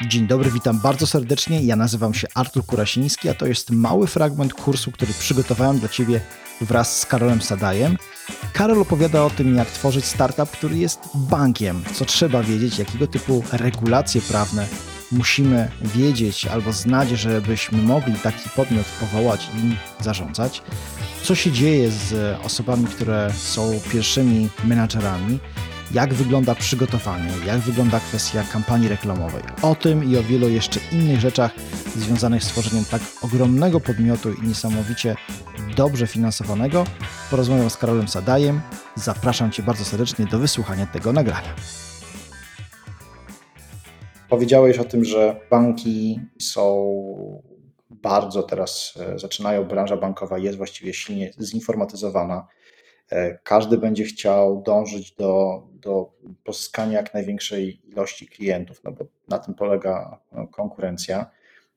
Dzień dobry, witam bardzo serdecznie. Ja nazywam się Artur Kurasiński, a to jest mały fragment kursu, który przygotowałem dla Ciebie wraz z Karolem Sadajem. Karol opowiada o tym, jak tworzyć startup, który jest bankiem, co trzeba wiedzieć, jakiego typu regulacje prawne musimy wiedzieć albo znać, żebyśmy mogli taki podmiot powołać i nim zarządzać. Co się dzieje z osobami, które są pierwszymi menadżerami, jak wygląda przygotowanie, jak wygląda kwestia kampanii reklamowej. O tym i o wielu jeszcze innych rzeczach związanych z tworzeniem tak ogromnego podmiotu i niesamowicie dobrze finansowanego porozmawiam z Karolem Sadajem. Zapraszam Cię bardzo serdecznie do wysłuchania tego nagrania. Powiedziałeś o tym, że banki są bardzo teraz, branża bankowa jest właściwie silnie zinformatyzowana. Każdy będzie chciał dążyć do pozyskania jak największej ilości klientów, no bo na tym polega konkurencja.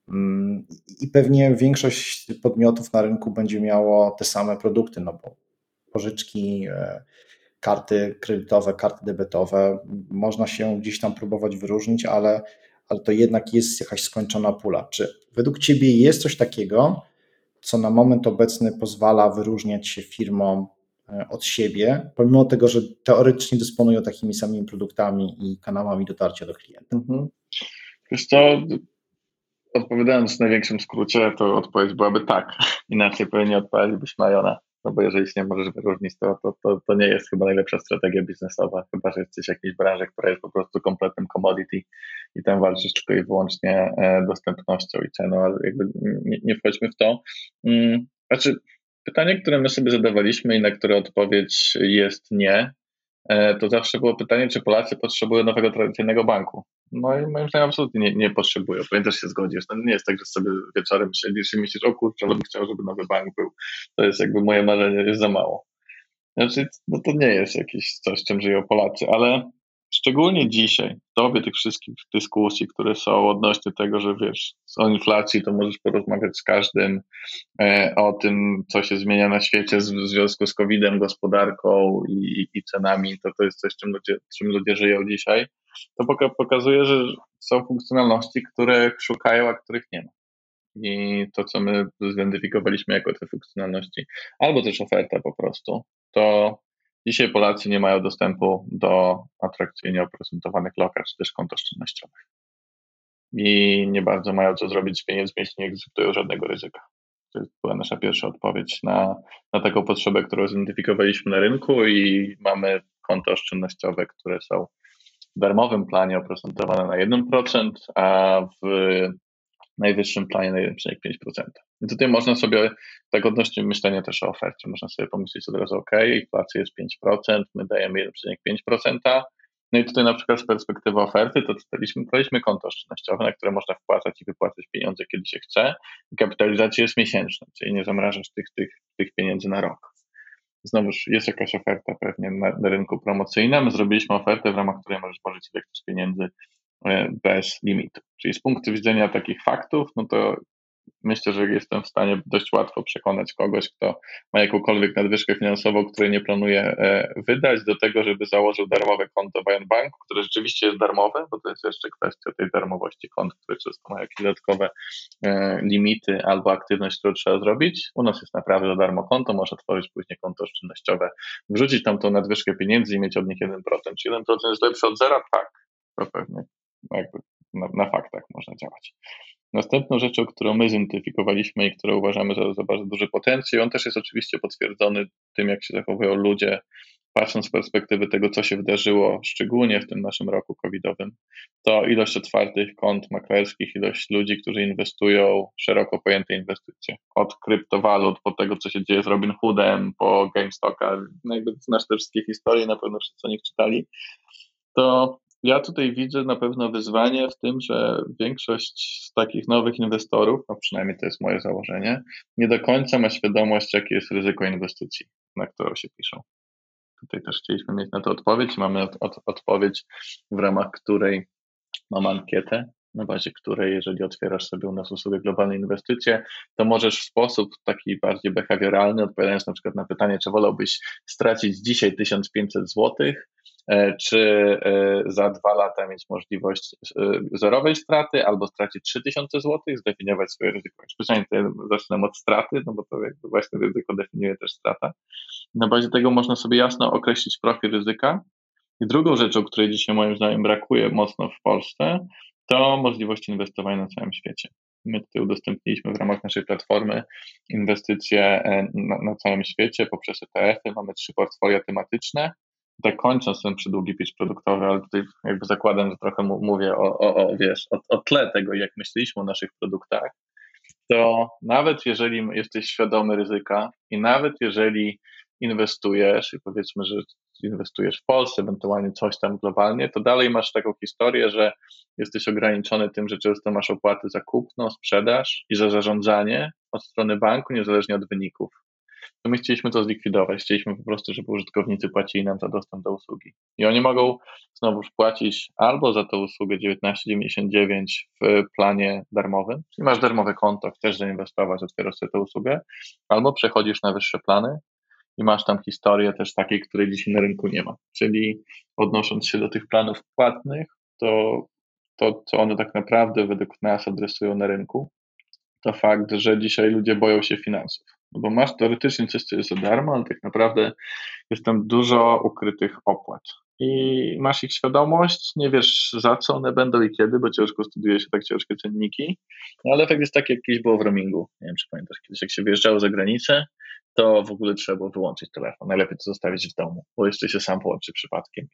I pewnie większość podmiotów na rynku będzie miało te same produkty, no bo pożyczki, karty kredytowe, karty debetowe, można się gdzieś tam próbować wyróżnić, ale to jednak jest jakaś skończona pula. Czy według Ciebie jest coś takiego, co na moment obecny pozwala wyróżniać się firmom od siebie, pomimo tego, że teoretycznie dysponują takimi samymi produktami i kanałami dotarcia do klienta? Wiesz co, odpowiadając w największym skrócie, to odpowiedź byłaby tak. Inaczej pewnie nie odpowiedzielibyśmy Iona. No bo jeżeli się nie możesz wyróżnić, to nie jest chyba najlepsza strategia biznesowa, chyba że jesteś w jakiejś branży, która jest po prostu kompletnym commodity i tam walczysz tylko i wyłącznie dostępnością i ceną, ale jakby nie wchodźmy w to. Znaczy, pytanie, które my sobie zadawaliśmy i na które odpowiedź jest nie, to zawsze było pytanie, czy Polacy potrzebują nowego tradycyjnego banku. No i moim zdaniem absolutnie nie potrzebują. Pewnie też się zgodzisz. To nie jest tak, że sobie wieczorem siedzisz i myślisz, o kurczę, bym chciał, żeby nowy bank był. To jest jakby moje marzenie, jest za mało. Znaczy, no to nie jest jakieś coś, czym żyją Polacy, ale szczególnie dzisiaj, w dobie tych wszystkich dyskusji, które są odnośnie tego, że wiesz, o inflacji to możesz porozmawiać z każdym, o tym, co się zmienia na świecie w związku z COVID-em, gospodarką i cenami, to jest coś, czym ludzie żyją dzisiaj, to pokazuje, że są funkcjonalności, które szukają, a których nie ma. I to, co my zidentyfikowaliśmy jako te funkcjonalności, albo też oferta po prostu, to dzisiaj Polacy nie mają dostępu do atrakcyjnie oprocentowanych lokat, czy też kont oszczędnościowych. I nie bardzo mają co zrobić z pieniędzmi, jeśli nie akceptują żadnego ryzyka. To była nasza pierwsza odpowiedź na taką potrzebę, którą zidentyfikowaliśmy na rynku i mamy konta oszczędnościowe, które są w darmowym planie oprocentowane na 1%, a w najwyższym planie na 1,5%. I tutaj można sobie, tak odnośnie myślenia też o ofercie, można sobie pomyśleć od razu, inflacja jest 5%, my dajemy 1,5%, no i tutaj na przykład z perspektywy oferty to daliśmy konto oszczędnościowe, na które można wpłacać i wypłacać pieniądze, kiedy się chce. I kapitalizacja jest miesięczna, czyli nie zamrażasz tych pieniędzy na rok. Znowuż jest jakaś oferta pewnie na rynku promocyjnym. My zrobiliśmy ofertę, w ramach której możesz włożyć ile chcesz pieniędzy bez limitu. Czyli z punktu widzenia takich faktów, no to myślę, że jestem w stanie dość łatwo przekonać kogoś, kto ma jakąkolwiek nadwyżkę finansową, której nie planuje wydać, do tego, żeby założył darmowe konto w Banku, które rzeczywiście jest darmowe, bo to jest jeszcze kwestia tej darmowości kont, które często mają jakieś dodatkowe limity albo aktywność, którą trzeba zrobić. U nas jest naprawdę za darmo konto, można tworzyć później konto oszczędnościowe, wrzucić tam tą nadwyżkę pieniędzy i mieć od nich 1%. Czy 1% jest lepszy od zera? Tak, to pewnie jakby na faktach można działać. Następną rzeczą, którą my zidentyfikowaliśmy i którą uważamy za bardzo duży potencjał, on też jest oczywiście potwierdzony tym, jak się zachowują ludzie, patrząc z perspektywy tego, co się wydarzyło, szczególnie w tym naszym roku covidowym, to ilość otwartych kont maklerskich, ilość ludzi, którzy inwestują, szeroko pojęte inwestycje. Od kryptowalut, po tego, co się dzieje z Robinhoodem, po GameStoka, no jakby znasz te wszystkie historie, na pewno wszyscy o nich czytali, to ja tutaj widzę na pewno wyzwanie w tym, że większość z takich nowych inwestorów, no przynajmniej to jest moje założenie, nie do końca ma świadomość, jakie jest ryzyko inwestycji, na którą się piszą. Tutaj też chcieliśmy mieć na to odpowiedź. Mamy odpowiedź, w ramach której mamy ankietę, na bazie której, jeżeli otwierasz sobie u nas usługę globalne inwestycje, to możesz w sposób taki bardziej behawioralny, odpowiadając na przykład na pytanie, czy wolałbyś stracić dzisiaj 1500 zł, czy za 2 lata mieć możliwość zerowej straty albo stracić 3000 zł, zdefiniować swoje ryzyko. Specjalnie zaczynam od straty, no bo to jakby właśnie ryzyko definiuje też strata. Na bazie tego można sobie jasno określić profil ryzyka. I drugą rzeczą, której dzisiaj moim zdaniem brakuje mocno w Polsce, to możliwość inwestowania na całym świecie. My tutaj udostępniliśmy w ramach naszej platformy inwestycje na całym świecie poprzez ETF-y. Mamy 3 portfolia tematyczne. Tak kończąc ten przydługi pitch produktowy, ale tutaj jakby zakładam, że trochę mówię o tle tego, jak myśleliśmy o naszych produktach, to nawet jeżeli jesteś świadomy ryzyka i nawet jeżeli inwestujesz i powiedzmy, że inwestujesz w Polsce, ewentualnie coś tam globalnie, to dalej masz taką historię, że jesteś ograniczony tym, że często masz opłaty za kupno, sprzedaż i za zarządzanie od strony banku, niezależnie od wyników. To my chcieliśmy to zlikwidować. Chcieliśmy po prostu, żeby użytkownicy płacili nam za dostęp do usługi. I oni mogą znowu płacić albo za tę usługę 19,99 w planie darmowym, czyli masz darmowe konto, chcesz zainwestować, otwierasz sobie tę usługę, albo przechodzisz na wyższe plany i masz tam historię też takiej, której dzisiaj na rynku nie ma. Czyli odnosząc się do tych planów płatnych, to co one tak naprawdę według nas adresują na rynku, to fakt, że dzisiaj ludzie boją się finansów. No bo masz teoretycznie coś, co jest za darmo, ale tak naprawdę jest tam dużo ukrytych opłat. I masz ich świadomość, nie wiesz za co one będą i kiedy, bo ciężko studiuje się tak ciężkie czynniki, no ale efekt jest taki, jak kiedyś było w roamingu. Nie wiem, czy pamiętasz, kiedyś jak się wyjeżdżało za granicę, to w ogóle trzeba było wyłączyć telefon. Najlepiej to zostawić w domu, bo jeszcze się sam połączy przypadkiem.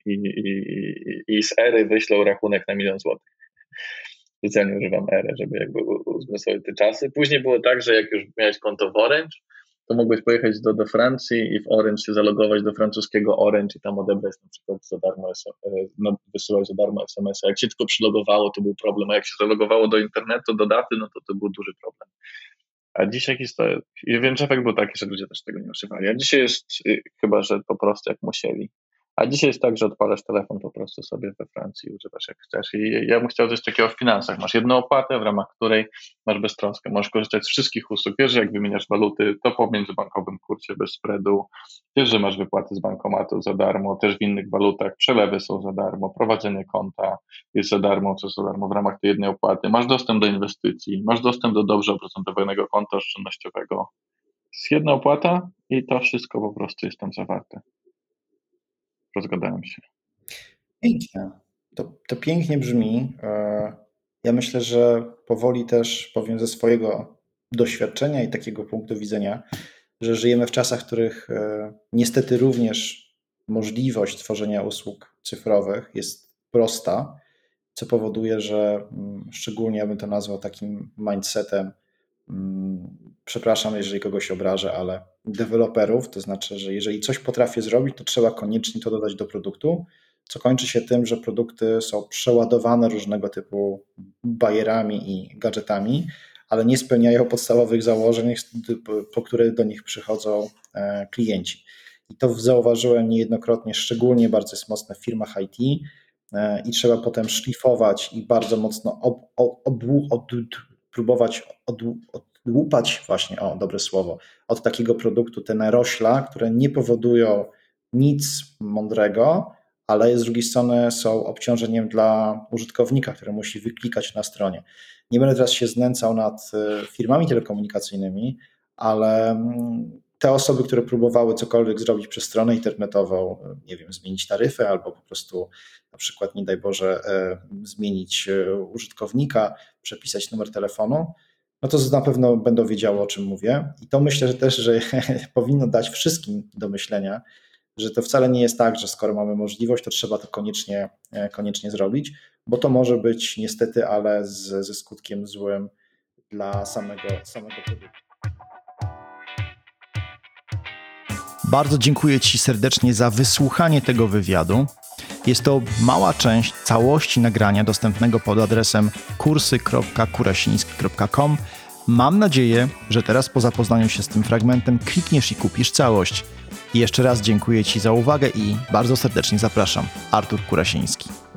I z ery wyślą rachunek na 1 000 000 złotych. Specjalnie używam ery, żeby jakby uzmysłowić te czasy. Później było tak, że jak już miałeś konto w Orange, to mogłeś pojechać do Francji i w Orange się zalogować do francuskiego Orange i tam odebrać na przykład za darmo, wysyłać za darmo SMS-a. Jak się tylko przylogowało, to był problem, a jak się zalogowało do internetu, do daty, no to był duży problem. A dzisiaj historia, i wiem, że efekt był taki, że ludzie też tego nie używali. A dzisiaj jest chyba, że po prostu jak musieli. A dzisiaj jest tak, że odpalasz telefon po prostu sobie we Francji i używasz jak chcesz. I ja bym chciał coś takiego w finansach. Masz jedną opłatę, w ramach której masz beztroskę. Możesz korzystać z wszystkich usług. Wiesz, że jak wymieniasz waluty, to po międzybankowym kursie bez spreadu. Wiesz, że masz wypłaty z bankomatu za darmo, też w innych walutach. Przelewy są za darmo, prowadzenie konta jest za darmo, co za darmo w ramach tej jednej opłaty. Masz dostęp do inwestycji, masz dostęp do dobrze oprocentowanego konta oszczędnościowego. Jest jedna opłata i to wszystko po prostu jest tam zawarte. Rozgadałem się. Pięknie. To pięknie brzmi. Ja myślę, że powoli też powiem ze swojego doświadczenia i takiego punktu widzenia, że żyjemy w czasach, w których niestety również możliwość tworzenia usług cyfrowych jest prosta, co powoduje, że szczególnie ja bym to nazwał takim mindsetem, przepraszam, jeżeli kogoś obrażę, ale deweloperów, to znaczy, że jeżeli coś potrafię zrobić, to trzeba koniecznie to dodać do produktu, co kończy się tym, że produkty są przeładowane różnego typu bajerami i gadżetami, ale nie spełniają podstawowych założeń, po które do nich przychodzą klienci. I to zauważyłem niejednokrotnie, szczególnie bardzo jest mocne w firmach IT i trzeba potem szlifować i bardzo mocno próbować odłupać właśnie, dobre słowo, od takiego produktu te narośla, które nie powodują nic mądrego, ale z drugiej strony są obciążeniem dla użytkownika, który musi wyklikać na stronie. Nie będę teraz się znęcał nad firmami telekomunikacyjnymi, ale te osoby, które próbowały cokolwiek zrobić przez stronę internetową, nie wiem, zmienić taryfę albo po prostu na przykład, nie daj Boże, zmienić użytkownika, przepisać numer telefonu, no to na pewno będą wiedziały, o czym mówię. I to myślę, że też, że powinno dać wszystkim do myślenia, że to wcale nie jest tak, że skoro mamy możliwość, to trzeba to koniecznie zrobić, bo to może być niestety, ale ze skutkiem złym dla samego produktu. Bardzo dziękuję Ci serdecznie za wysłuchanie tego wywiadu. Jest to mała część całości nagrania dostępnego pod adresem kursy.kurasiński.com. Mam nadzieję, że teraz po zapoznaniu się z tym fragmentem klikniesz i kupisz całość. I jeszcze raz dziękuję Ci za uwagę i bardzo serdecznie zapraszam. Artur Kurasiński.